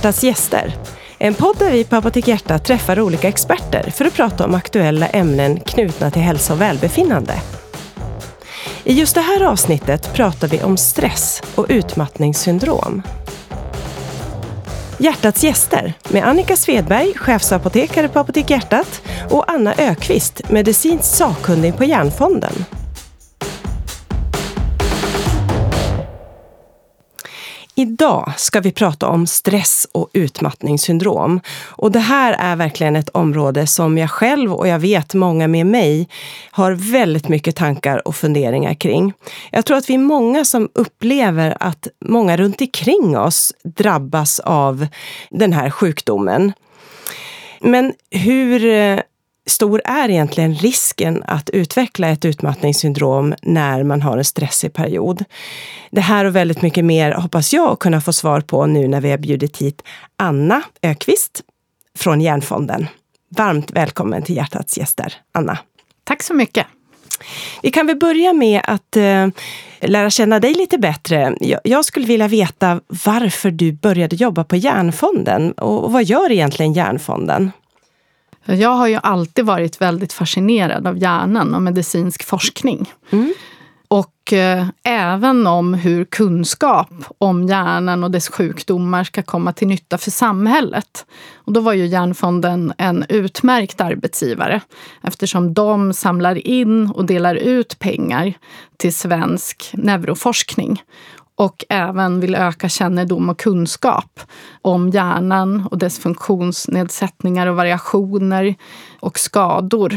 Hjärtats gäster. En podd där vi på Apotek Hjärta träffar olika experter för att prata om aktuella ämnen knutna till hälsa och välbefinnande. I just det här avsnittet pratar vi om stress och utmattningssyndrom. Hjärtats gäster med Annika Svedberg, chefsapotekare på Apotek Hjärtat, och Anna Ökvist, medicinskt sakkunnig på Hjärnfonden. Idag ska vi prata om stress och utmattningssyndrom. Och det här är verkligen ett område som jag själv och jag vet många med mig har väldigt mycket tankar och funderingar kring. Jag tror att vi är många som upplever att många runt omkring oss drabbas av den här sjukdomen. Men hur stor är egentligen risken att utveckla ett utmattningssyndrom när man har en stressig period? Det här och väldigt mycket mer hoppas jag kunna få svar på nu när vi har bjudit hit Anna Ökvist från Hjärnfonden. Varmt välkommen till Hjärtats gäster, Anna. Tack så mycket. Vi kan väl börja med att lära känna dig lite bättre. Jag skulle vilja veta varför du började jobba på Hjärnfonden och vad gör egentligen Hjärnfonden? Jag har ju alltid varit väldigt fascinerad av hjärnan och medicinsk forskning. Och även om hur kunskap om hjärnan och dess sjukdomar ska komma till nytta för samhället. Och då var ju Hjärnfonden en utmärkt arbetsgivare eftersom de samlar in och delar ut pengar till svensk neuroforskning. Och även vill öka kännedom och kunskap om hjärnan och dess funktionsnedsättningar och variationer och skador.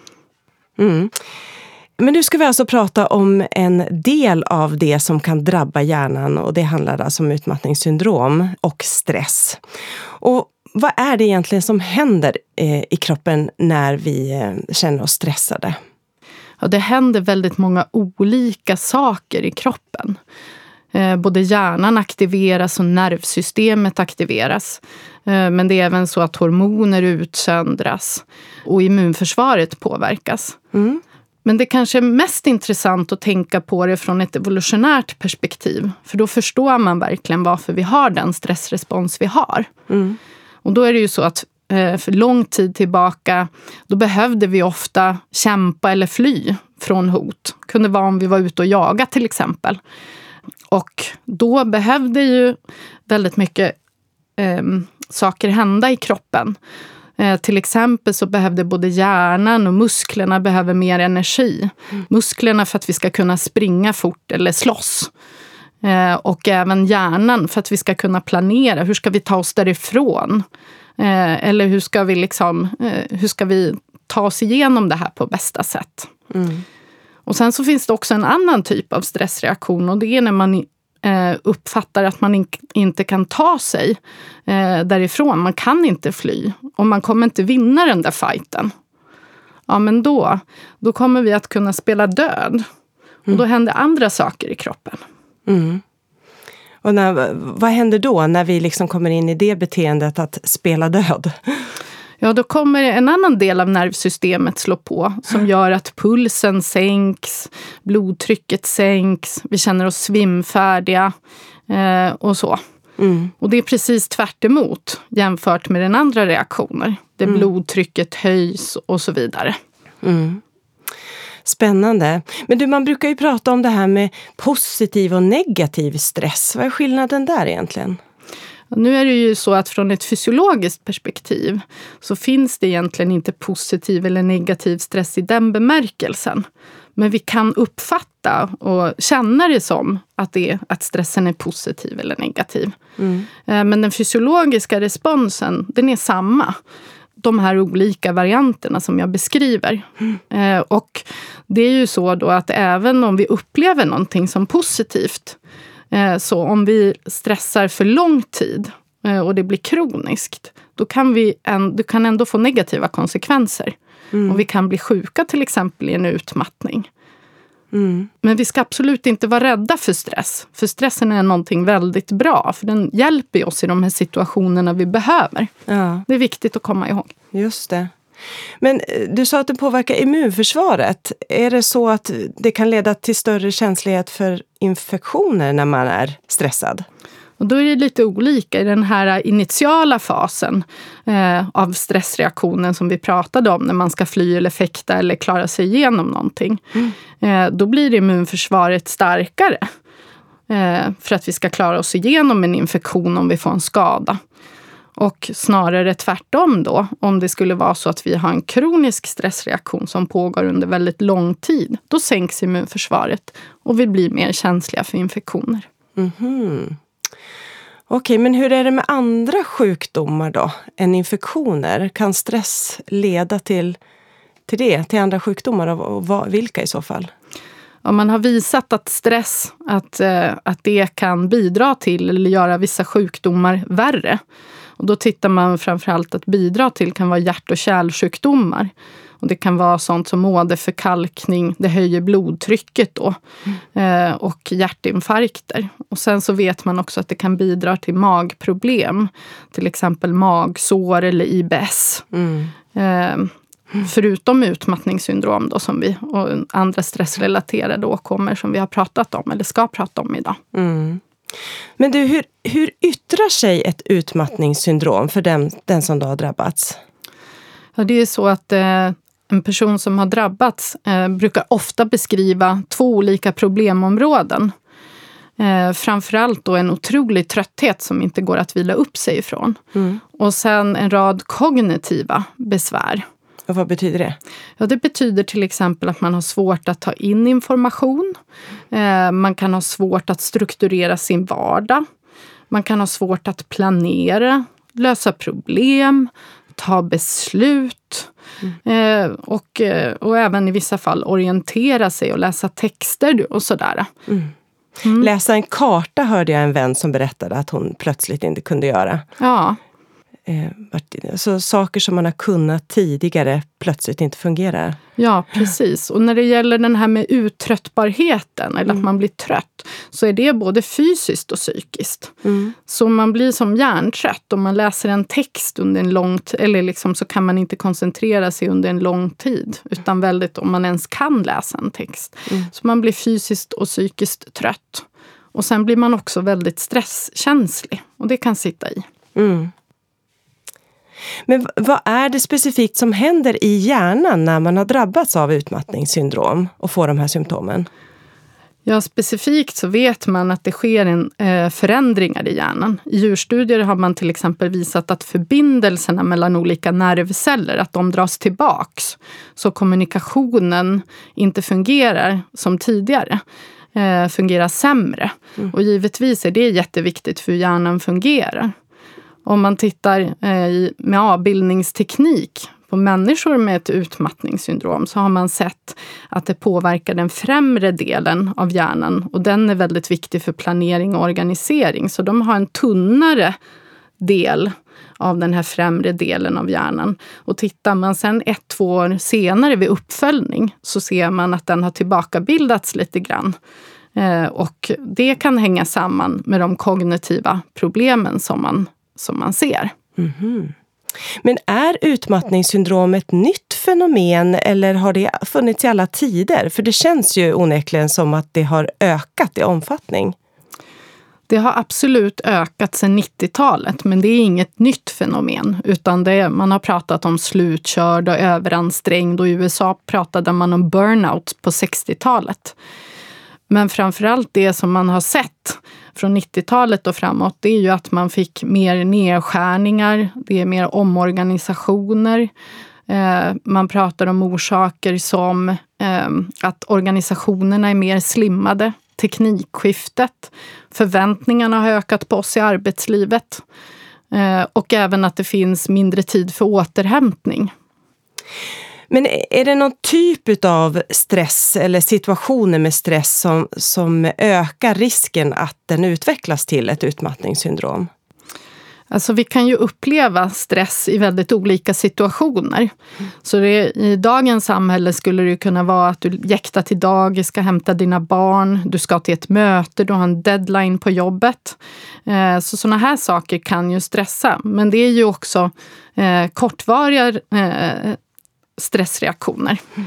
Men nu ska vi alltså prata om en del av det som kan drabba hjärnan, och det handlar alltså om utmattningssyndrom och stress. Och vad är det egentligen som händer i kroppen när vi känner oss stressade? Ja, det händer väldigt många olika saker i kroppen. Både hjärnan aktiveras och nervsystemet aktiveras. Men det är även så att hormoner utsöndras och immunförsvaret påverkas. Men det kanske är mest intressant att tänka på det från ett evolutionärt perspektiv. För då förstår man verkligen varför vi har den stressrespons vi har. Och då är det ju så att för lång tid tillbaka då behövde vi ofta kämpa eller fly från hot. Det kunde vara om vi var ute och jaga till exempel. Och då behövde ju väldigt mycket saker hända i kroppen. Till exempel så behövde både hjärnan och musklerna behöver mer energi. Musklerna för att vi ska kunna springa fort eller slåss. Och även hjärnan för att vi ska kunna planera. Hur ska vi ta oss därifrån? Eller hur ska vi ta oss igenom det här på bästa sätt? Och sen så finns det också en annan typ av stressreaktion, och det är när man uppfattar att man inte kan ta sig därifrån. Man kan inte fly och man kommer inte vinna den där fighten. Ja, men då kommer vi att kunna spela död. Och då händer andra saker i kroppen. Och vad händer då när vi liksom kommer in i det beteendet att spela död? Ja, då kommer en annan del av nervsystemet slå på som gör att pulsen sänks, blodtrycket sänks, vi känner oss svimfärdiga och så. Och det är precis tvärt emot jämfört med den andra reaktioner. Där blodtrycket höjs och så vidare. Spännande. Men man brukar ju prata om det här med positiv och negativ stress. Vad är skillnaden där egentligen? Nu är det ju så att från ett fysiologiskt perspektiv så finns det egentligen inte positiv eller negativ stress i den bemärkelsen. Men vi kan uppfatta och känna det som att stressen är positiv eller negativ. Men den fysiologiska responsen, den är samma. De här olika varianterna som jag beskriver. Och det är ju så då att även om vi upplever någonting som positivt, så om vi stressar för lång tid och det blir kroniskt, då kan det kan ändå få negativa konsekvenser. Och vi kan bli sjuka till exempel i en utmattning. Men vi ska absolut inte vara rädda för stress. För stressen är någonting väldigt bra. För den hjälper oss i de här situationerna vi behöver. Ja. Det är viktigt att komma ihåg. Just det. Men du sa att det påverkar immunförsvaret. Är det så att det kan leda till större känslighet för infektioner när man är stressad? Och då är det lite olika. I den här initiala fasen av stressreaktionen som vi pratade om, när man ska fly eller fäkta eller klara sig igenom någonting, då blir immunförsvaret starkare för att vi ska klara oss igenom en infektion om vi får en skada. Och snarare tvärtom då, om det skulle vara så att vi har en kronisk stressreaktion som pågår under väldigt lång tid, då sänks immunförsvaret och vi blir mer känsliga för infektioner. Mhm. Okej, men hur är det med andra sjukdomar då än infektioner? Kan stress leda till andra sjukdomar, och vilka i så fall? Ja, man har visat att stress, att det kan bidra till eller göra vissa sjukdomar värre. Och då tittar man framförallt att bidra till kan vara hjärt- och kärlsjukdomar. Och det kan vara sånt som åderförkalkning, det höjer blodtrycket då, och hjärtinfarkter. Och sen så vet man också att det kan bidra till magproblem, till exempel magsår eller IBS. Förutom utmattningssyndrom då, och andra stressrelaterade åkommor som vi har pratat om eller ska prata om idag. Men du, hur yttrar sig ett utmattningssyndrom för den som då har drabbats? Ja, det är så att en person som har drabbats brukar ofta beskriva 2 olika problemområden. Framförallt då en otrolig trötthet som inte går att vila upp sig ifrån. Och sen en rad kognitiva besvär. Och vad betyder det? Ja, det betyder till exempel att man har svårt att ta in information. Man kan ha svårt att strukturera sin vardag. Man kan ha svårt att planera, lösa problem, ta beslut. Och även i vissa fall orientera sig och läsa texter och sådär. Läsa en karta hörde jag en vän som berättade att hon plötsligt inte kunde göra. Ja. Så saker som man har kunnat tidigare plötsligt inte fungerar. Ja, precis. Och när det gäller den här med uttröttbarheten, eller att man blir trött, så är det både fysiskt och psykiskt. Så man blir som hjärntrött om man läser en text under en lång tid, eller liksom så kan man inte koncentrera sig under en lång tid, utan väldigt om man ens kan läsa en text. Så man blir fysiskt och psykiskt trött. Och sen blir man också väldigt stresskänslig, och det kan sitta i. Men vad är det specifikt som händer i hjärnan när man har drabbats av utmattningssyndrom och får de här symptomen? Ja, specifikt så vet man att det sker förändringar i hjärnan. I djurstudier har man till exempel visat att förbindelserna mellan olika nervceller, att de dras tillbaks. Så kommunikationen inte fungerar som tidigare, fungerar sämre. Och givetvis är det jätteviktigt för hur hjärnan fungerar. Om man tittar med avbildningsteknik på människor med ett utmattningssyndrom, så har man sett att det påverkar den främre delen av hjärnan. Och den är väldigt viktig för planering och organisering. Så de har en tunnare del av den här främre delen av hjärnan. Och tittar man sen 1-2 år senare vid uppföljning, så ser man att den har tillbakabildats lite grann. Och det kan hänga samman med de kognitiva problemen som man ser. Men är utmattningssyndrom ett nytt fenomen, eller har det funnits i alla tider? För det känns ju onekligen som att det har ökat i omfattning. Det har absolut ökat sedan 90-talet, men det är inget nytt fenomen, utan man har pratat om slutkörd och överansträngd, och i USA pratade man om burnout på 60-talet. Men framförallt det som man har sett från 90-talet och framåt, det är ju att man fick mer nedskärningar, det är mer omorganisationer. Man pratar om orsaker som att organisationerna är mer slimmade, teknikskiftet, förväntningarna har ökat på oss i arbetslivet, och även att det finns mindre tid för återhämtning. Men är det någon typ av stress eller situationer med stress som ökar risken att den utvecklas till ett utmattningssyndrom? Alltså vi kan ju uppleva stress i väldigt olika situationer. Så i dagens samhälle skulle det kunna vara att du jäktar till dagis, ska hämta dina barn, du ska till ett möte, du har en deadline på jobbet. Så sådana här saker kan ju stressa. Men det är ju också kortvariga stressreaktioner.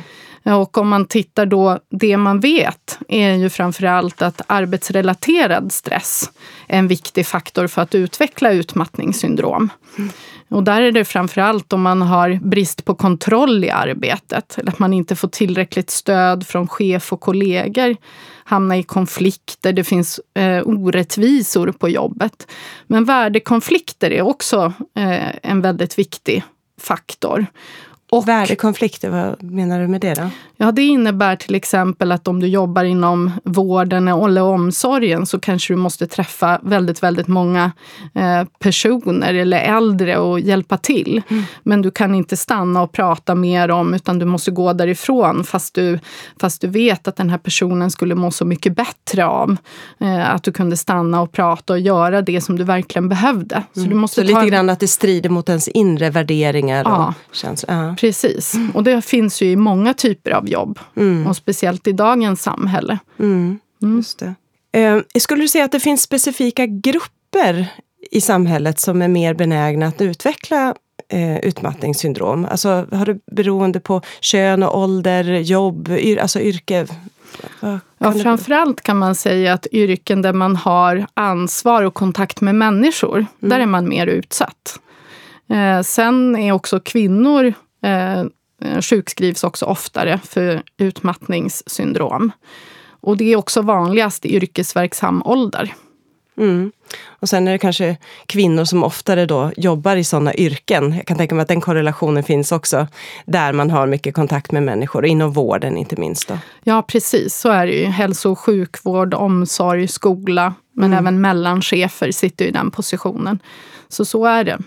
Och om man tittar då, det man vet är ju framförallt att arbetsrelaterad stress är en viktig faktor för att utveckla utmattningssyndrom. Och där är det framförallt om man har brist på kontroll i arbetet eller att man inte får tillräckligt stöd från chef och kollegor, hamna i konflikter, det finns orättvisor på jobbet. Men värdekonflikter är också en väldigt viktig faktor. Och värdekonflikter, vad menar du med det då? Ja, det innebär till exempel att om du jobbar inom vården eller omsorgen så kanske du måste träffa väldigt, väldigt många personer eller äldre och hjälpa till. Men du kan inte stanna och prata med dem utan du måste gå därifrån fast du vet att den här personen skulle må så mycket bättre av att du kunde stanna och prata och göra det som du verkligen behövde. Så, du måste så lite grann att det strider mot ens inre värderingar och känslor. Ja. Precis. Och det finns ju i många typer av jobb. Och speciellt i dagens samhälle. Just det. Skulle du säga att det finns specifika grupper i samhället som är mer benägna att utveckla utmattningssyndrom? Alltså har det beroende på kön och ålder, jobb, alltså yrke? Ja, framförallt kan man säga att yrken där man har ansvar och kontakt med människor, där är man mer utsatt. Sen är också kvinnor sjukskrivs också oftare för utmattningssyndrom. Och det är också vanligast i yrkesverksam ålder. Och sen är det kanske kvinnor som oftare då jobbar i sådana yrken. Jag kan tänka mig att den korrelationen finns också där man har mycket kontakt med människor, inom vården inte minst då. Ja, precis. Så är det ju. Hälso- och sjukvård, omsorg, skola, men även mellanchefer sitter i den positionen. Så är det.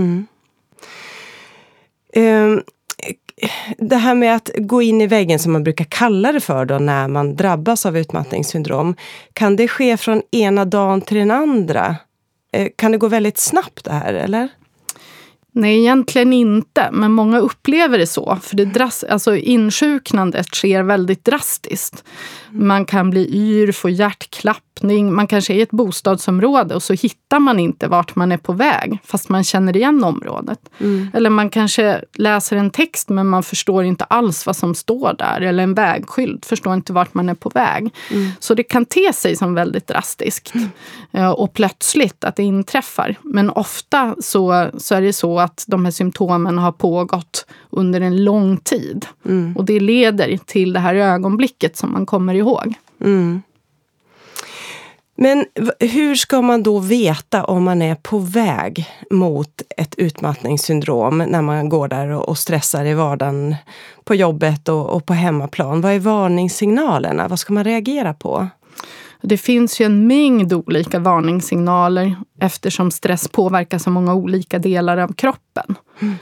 Det här med att gå in i väggen som man brukar kalla det för då när man drabbas av utmattningssyndrom, kan det ske från ena dagen till den andra? Kan det gå väldigt snabbt det här, eller? Nej, egentligen inte. Men många upplever det så. För alltså insjuknandet sker väldigt drastiskt. Man kan bli yr, få hjärtklappning. Man kanske är i ett bostadsområde och så hittar man inte vart man är på väg. Fast man känner igen området. Eller man kanske läser en text men man förstår inte alls vad som står där. Eller en vägskylt, förstår inte vart man är på väg. Så det kan te sig som väldigt drastiskt. Och plötsligt att det inträffar. Men ofta så är det så att de här symptomen har pågått under en lång tid. Och det leder till det här ögonblicket som man kommer ihåg. Men hur ska man då veta om man är på väg mot ett utmattningssyndrom när man går där och stressar i vardagen på jobbet och på hemmaplan? Vad är varningssignalerna? Vad ska man reagera på? Det finns ju en mängd olika varningssignaler eftersom stress påverkar så många olika delar av kroppen.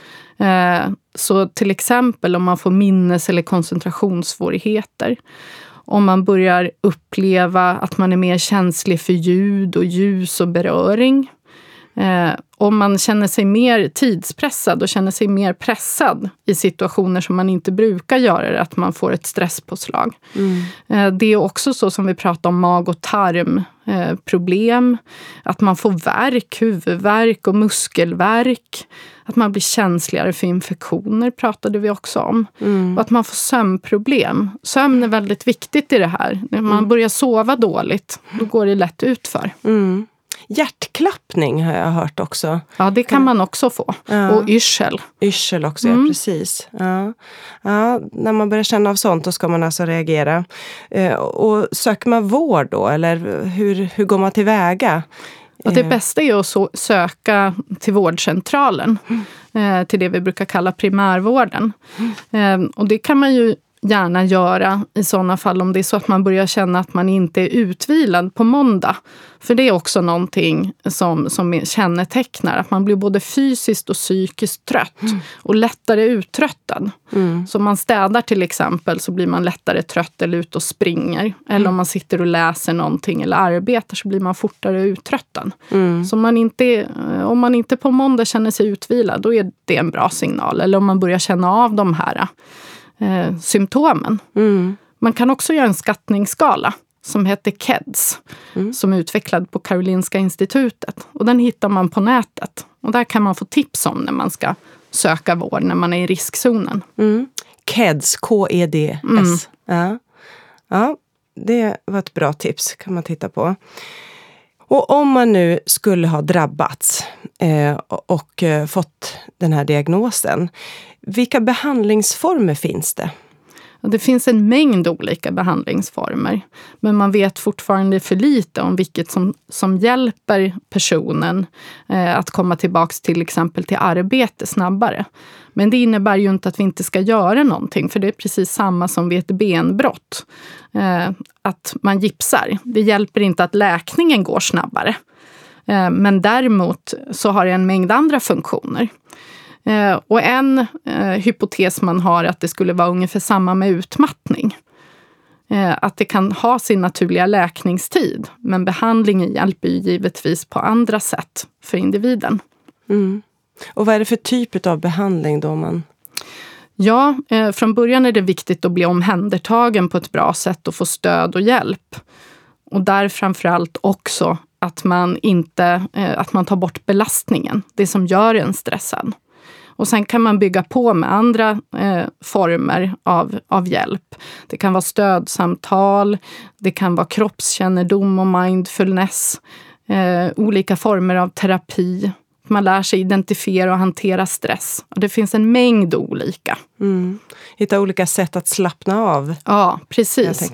Så till exempel om man får minnes- eller koncentrationssvårigheter. Om man börjar uppleva att man är mer känslig för ljud och ljus och beröring. Om man känner sig mer tidspressad och känner sig mer pressad i situationer som man inte brukar göra det, att man får ett stresspåslag. Det är också så som vi pratar om mag- och tarmproblem. Att man får värk, huvudvärk och muskelvärk. Att man blir känsligare för infektioner pratade vi också om. Och att man får sömnproblem. Sömn är väldigt viktigt i det här. När man börjar sova dåligt, då går det lätt utför. Hjärtklappning har jag hört också. Ja, det kan man också få. Ja. Och yrsel. Yrsel också, ja precis. Ja, när man börjar känna av sånt då ska man alltså reagera. Och söker man vård då? Eller hur går man tillväga? Och det bästa är att söka till vårdcentralen. Till det vi brukar kalla primärvården. Och det kan man ju gärna göra i sådana fall om det är så att man börjar känna att man inte är utvilad på måndag. För det är också någonting som kännetecknar att man blir både fysiskt och psykiskt trött och lättare uttröttad. Så om man städar till exempel så blir man lättare trött eller ut och springer. Eller om man sitter och läser någonting eller arbetar så blir man fortare uttröttad. Så om man inte på måndag känner sig utvilad, då är det en bra signal. Eller om man börjar känna av de här symptomen. Man kan också göra en skattningsskala som heter KEDS som är utvecklad på Karolinska institutet. Och den hittar man på nätet. Och där kan man få tips om när man ska söka vård när man är i riskzonen. KEDS, KEDS. Ja, det var ett bra tips, kan man titta på. Och om man nu skulle ha drabbats och fått den här diagnosen, vilka behandlingsformer finns det? Det finns en mängd olika behandlingsformer, men man vet fortfarande för lite om vilket som hjälper personen att komma tillbaka till exempel till arbete snabbare. Men det innebär ju inte att vi inte ska göra någonting, för det är precis samma som vid ett benbrott. Att man gipsar. Det hjälper inte att läkningen går snabbare. Men däremot så har det en mängd andra funktioner. Och en hypotes man har är att det skulle vara ungefär samma med utmattning. Att det kan ha sin naturliga läkningstid, men behandlingen hjälper ju givetvis på andra sätt för individen. Mm. Och vad är det för typ av behandling då man... Ja, från början är det viktigt att bli omhändertagen på ett bra sätt och få stöd och hjälp. Och där framförallt också att man tar bort belastningen, det som gör en stressad. Och sen kan man bygga på med andra former av hjälp. Det kan vara stödsamtal, det kan vara kroppskännedom och mindfulness, olika former av terapi. Man lär sig identifiera och hantera stress. Och det finns en mängd olika. Mm. Hitta olika sätt att slappna av. Ja, precis.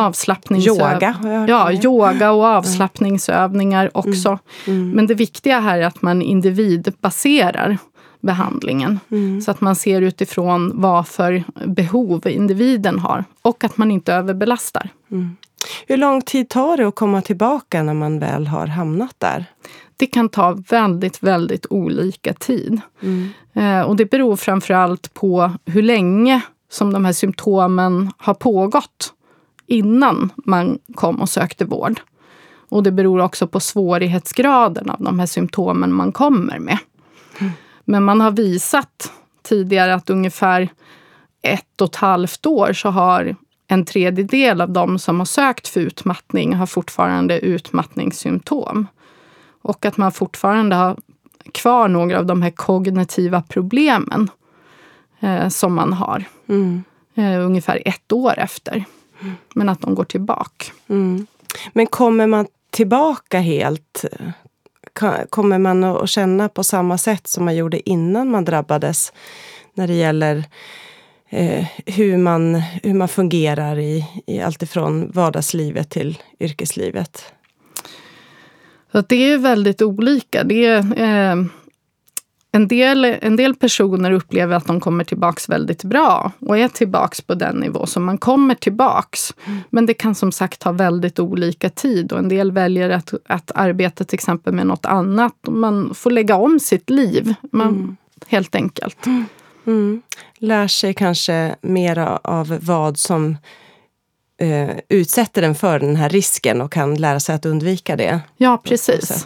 Yoga. Ja, yoga och avslappningsövningar också. Men det viktiga här är att man individbaserar behandlingen. Så att man ser utifrån vad för behov individen har. Och att man inte överbelastar. Hur lång tid tar det att komma tillbaka när man väl har hamnat där? Det kan ta väldigt, väldigt olika tid. Och det beror framförallt på hur länge som de här symptomen har pågått innan man kom och sökte vård. Och det beror också på svårighetsgraden av de här symptomen man kommer med. Men man har visat tidigare att ungefär 1,5 år så har 1/3 av de som har sökt för utmattning har fortfarande utmattningssymptom. Och att man fortfarande har kvar några av de här kognitiva problemen som man har. Ungefär 1 år efter. Men att de går tillbaka. Men kommer man tillbaka helt? Kommer man att känna på samma sätt som man gjorde innan man drabbades? När det gäller hur man fungerar i allt ifrån vardagslivet till yrkeslivet? Så att det är väldigt olika. Det är, en del personer upplever att de kommer tillbaks väldigt bra och är tillbaks på den nivå som man kommer tillbaks. Men det kan som sagt ta väldigt olika tid och en del väljer att arbeta till exempel med något annat. Man får lägga om sitt liv, helt enkelt. Lär sig kanske mer av vad som utsätter den för den här risken och kan lära sig att undvika det. Ja, precis.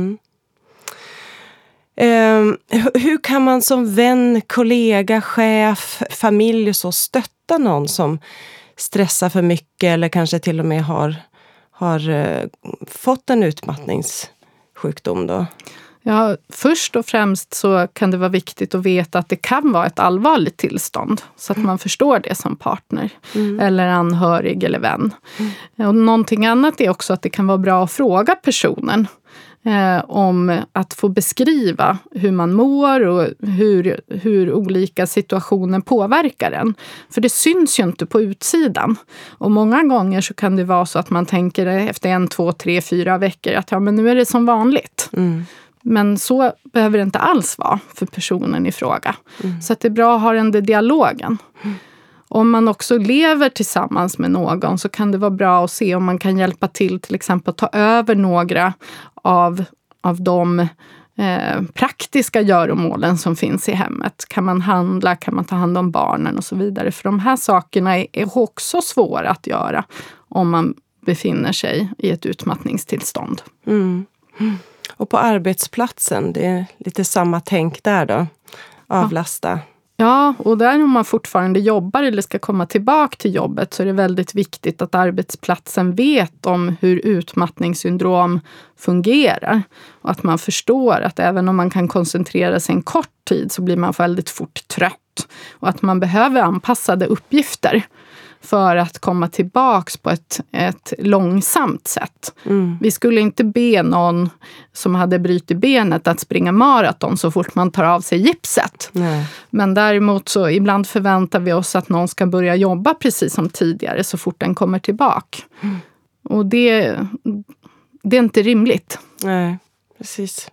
Hur kan man som vän, kollega, chef, familj och så stötta någon som stressar för mycket eller kanske till och med har fått en utmattningssjukdom då? Ja, först och främst så kan det vara viktigt att veta att det kan vara ett allvarligt tillstånd. Så att man förstår det som partner eller anhörig eller vän. Och någonting annat är också att det kan vara bra att fråga personen om att få beskriva hur man mår och hur olika situationer påverkar en. För det syns ju inte på utsidan. Och många gånger så kan det vara så att man tänker efter 1, 2, 3, 4 veckor att ja, men nu är det som vanligt. Men så behöver det inte alls vara för personen i fråga. Så att det är bra att ha den dialogen. Om man också lever tillsammans med någon så kan det vara bra att se om man kan hjälpa till exempel att ta över några av de praktiska göromålen som finns i hemmet. Kan man handla, kan man ta hand om barnen och så vidare. För de här sakerna är också svåra att göra om man befinner sig i ett utmattningstillstånd. Och på arbetsplatsen, det är lite samma tänk där då. Avlasta. Ja, och där om man fortfarande jobbar eller ska komma tillbaka till jobbet så är det väldigt viktigt att arbetsplatsen vet om hur utmattningssyndrom fungerar. Och att man förstår att även om man kan koncentrera sig en kort tid så blir man väldigt fort trött ut. Och att man behöver anpassade uppgifter för att komma tillbaks på ett långsamt sätt. Vi skulle inte be någon som hade brutit benet att springa maraton så fort man tar av sig gipset. Nej. Men däremot så ibland förväntar vi oss att någon ska börja jobba precis som tidigare så fort den kommer tillbaka. Och det är inte rimligt. Nej, precis.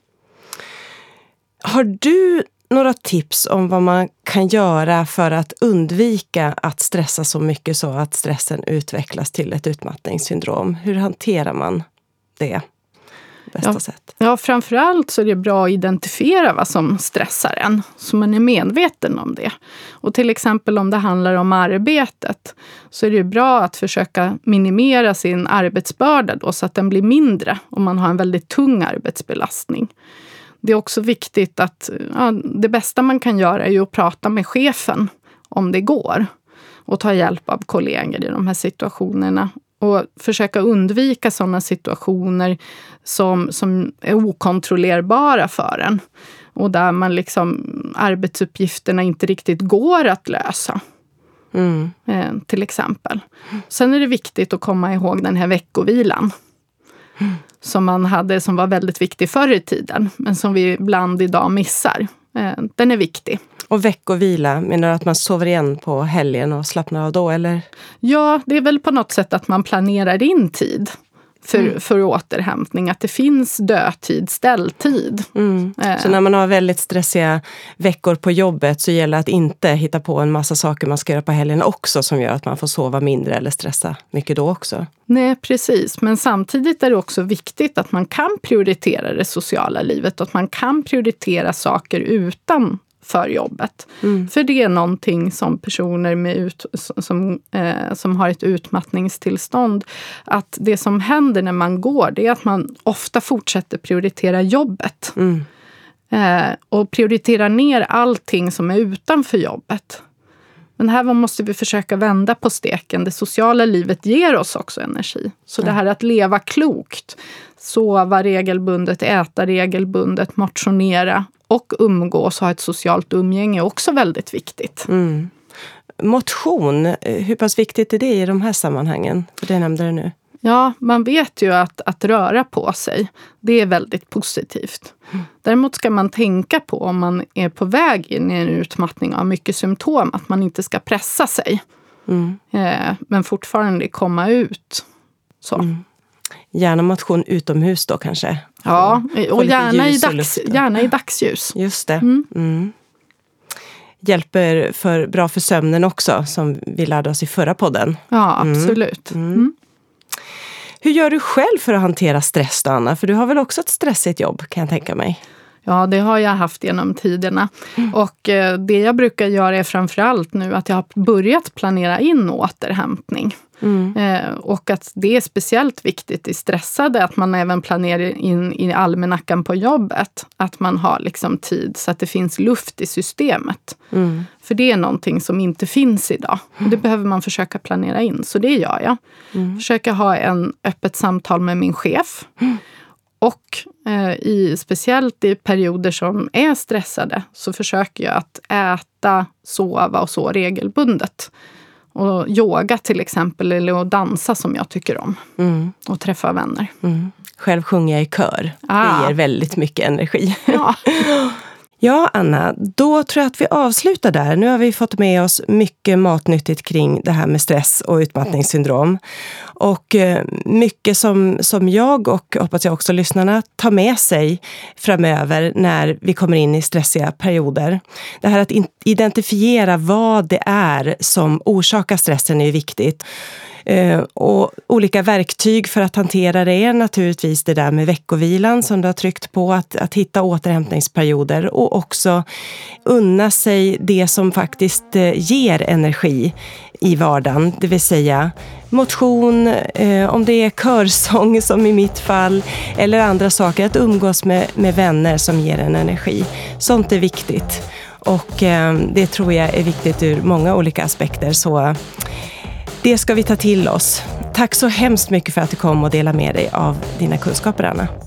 Har du några tips om vad man kan göra för att undvika att stressa så mycket så att stressen utvecklas till ett utmattningssyndrom? Hur hanterar man det bästa sätt? Ja, framförallt så är det bra att identifiera vad som stressar en, så man är medveten om det. Och till exempel om det handlar om arbetet så är det bra att försöka minimera sin arbetsbörda då, så att den blir mindre om man har en väldigt tung arbetsbelastning. Det är också viktigt att det bästa man kan göra är ju att prata med chefen om det går. Och ta hjälp av kollegor i de här situationerna. Och försöka undvika sådana situationer som är okontrollerbara för en. Och där man arbetsuppgifterna inte riktigt går att lösa. Till exempel. Sen är det viktigt att komma ihåg den här veckovilan. Som man hade, som var väldigt viktig förr i tiden. Men som vi ibland idag missar. Den är viktig. Och veckovila, menar du att man sover igen på helgen och slappnar av då, eller? Ja, det är väl på något sätt att man planerar in tid för återhämtning. Att det finns dödtid, ställtid. Så när man har väldigt stressiga veckor på jobbet så gäller det att inte hitta på en massa saker man ska göra på helgen också som gör att man får sova mindre eller stressa mycket då också. Nej, precis. Men samtidigt är det också viktigt att man kan prioritera det sociala livet och att man kan prioritera saker utanför jobbet. För det är någonting som personer som har ett utmattningstillstånd, att det som händer när man går, det är att man ofta fortsätter prioritera jobbet. Och prioritera ner allting som är utanför jobbet. Men här måste vi försöka vända på steken. Det sociala livet ger oss också energi. Så det här att leva klokt, sova regelbundet, äta regelbundet, motionera och umgås och ha ett socialt umgänge är också väldigt viktigt. Motion, hur pass viktigt är det i de här sammanhangen? För det nämnde du nu. Ja, man vet ju att röra på sig, det är väldigt positivt. Däremot ska man tänka på om man är på väg in i en utmattning av mycket symptom, att man inte ska pressa sig. Men fortfarande komma ut. Så. Gärna motion utomhus då kanske. Ja, och gärna i dagsljus. Just det. Hjälper bra för sömnen också, som vi lärde oss i förra podden. Ja, absolut. Hur gör du själv för att hantera stress då, Anna? För du har väl också ett stressigt jobb, kan jag tänka mig. Ja, det har jag haft genom tiderna. Och det jag brukar göra är framförallt nu att jag har börjat planera in återhämtning. Och att det är speciellt viktigt i stressade, att man även planerar in i almanackan på jobbet. Att man har tid så att det finns luft i systemet. För det är någonting som inte finns idag. Och det behöver man försöka planera in, så det gör jag. Försöka ha en öppet samtal med min chef. Och speciellt i perioder som är stressade så försöker jag att äta, sova och så regelbundet. Och yoga till exempel, eller att dansa som jag tycker om. Och träffa vänner. Själv sjunger jag i kör. Det ger väldigt mycket energi. Ja. Ja, Anna, då tror jag att vi avslutar där. Nu har vi fått med oss mycket matnyttigt kring det här med stress och utmattningssyndrom. Och mycket som jag och hoppas jag också lyssnarna tar med sig framöver när vi kommer in i stressiga perioder. Det här att identifiera vad det är som orsakar stressen är viktigt. Och olika verktyg för att hantera det är naturligtvis det där med veckovilan som du har tryckt på, att hitta återhämtningsperioder och också unna sig det som faktiskt ger energi i vardagen, det vill säga motion, om det är körsång som i mitt fall, eller andra saker, att umgås med vänner som ger en energi. Sånt är viktigt och det tror jag är viktigt ur många olika aspekter, så det ska vi ta till oss. Tack så hemskt mycket för att du kom och delade med dig av dina kunskaper, Anna.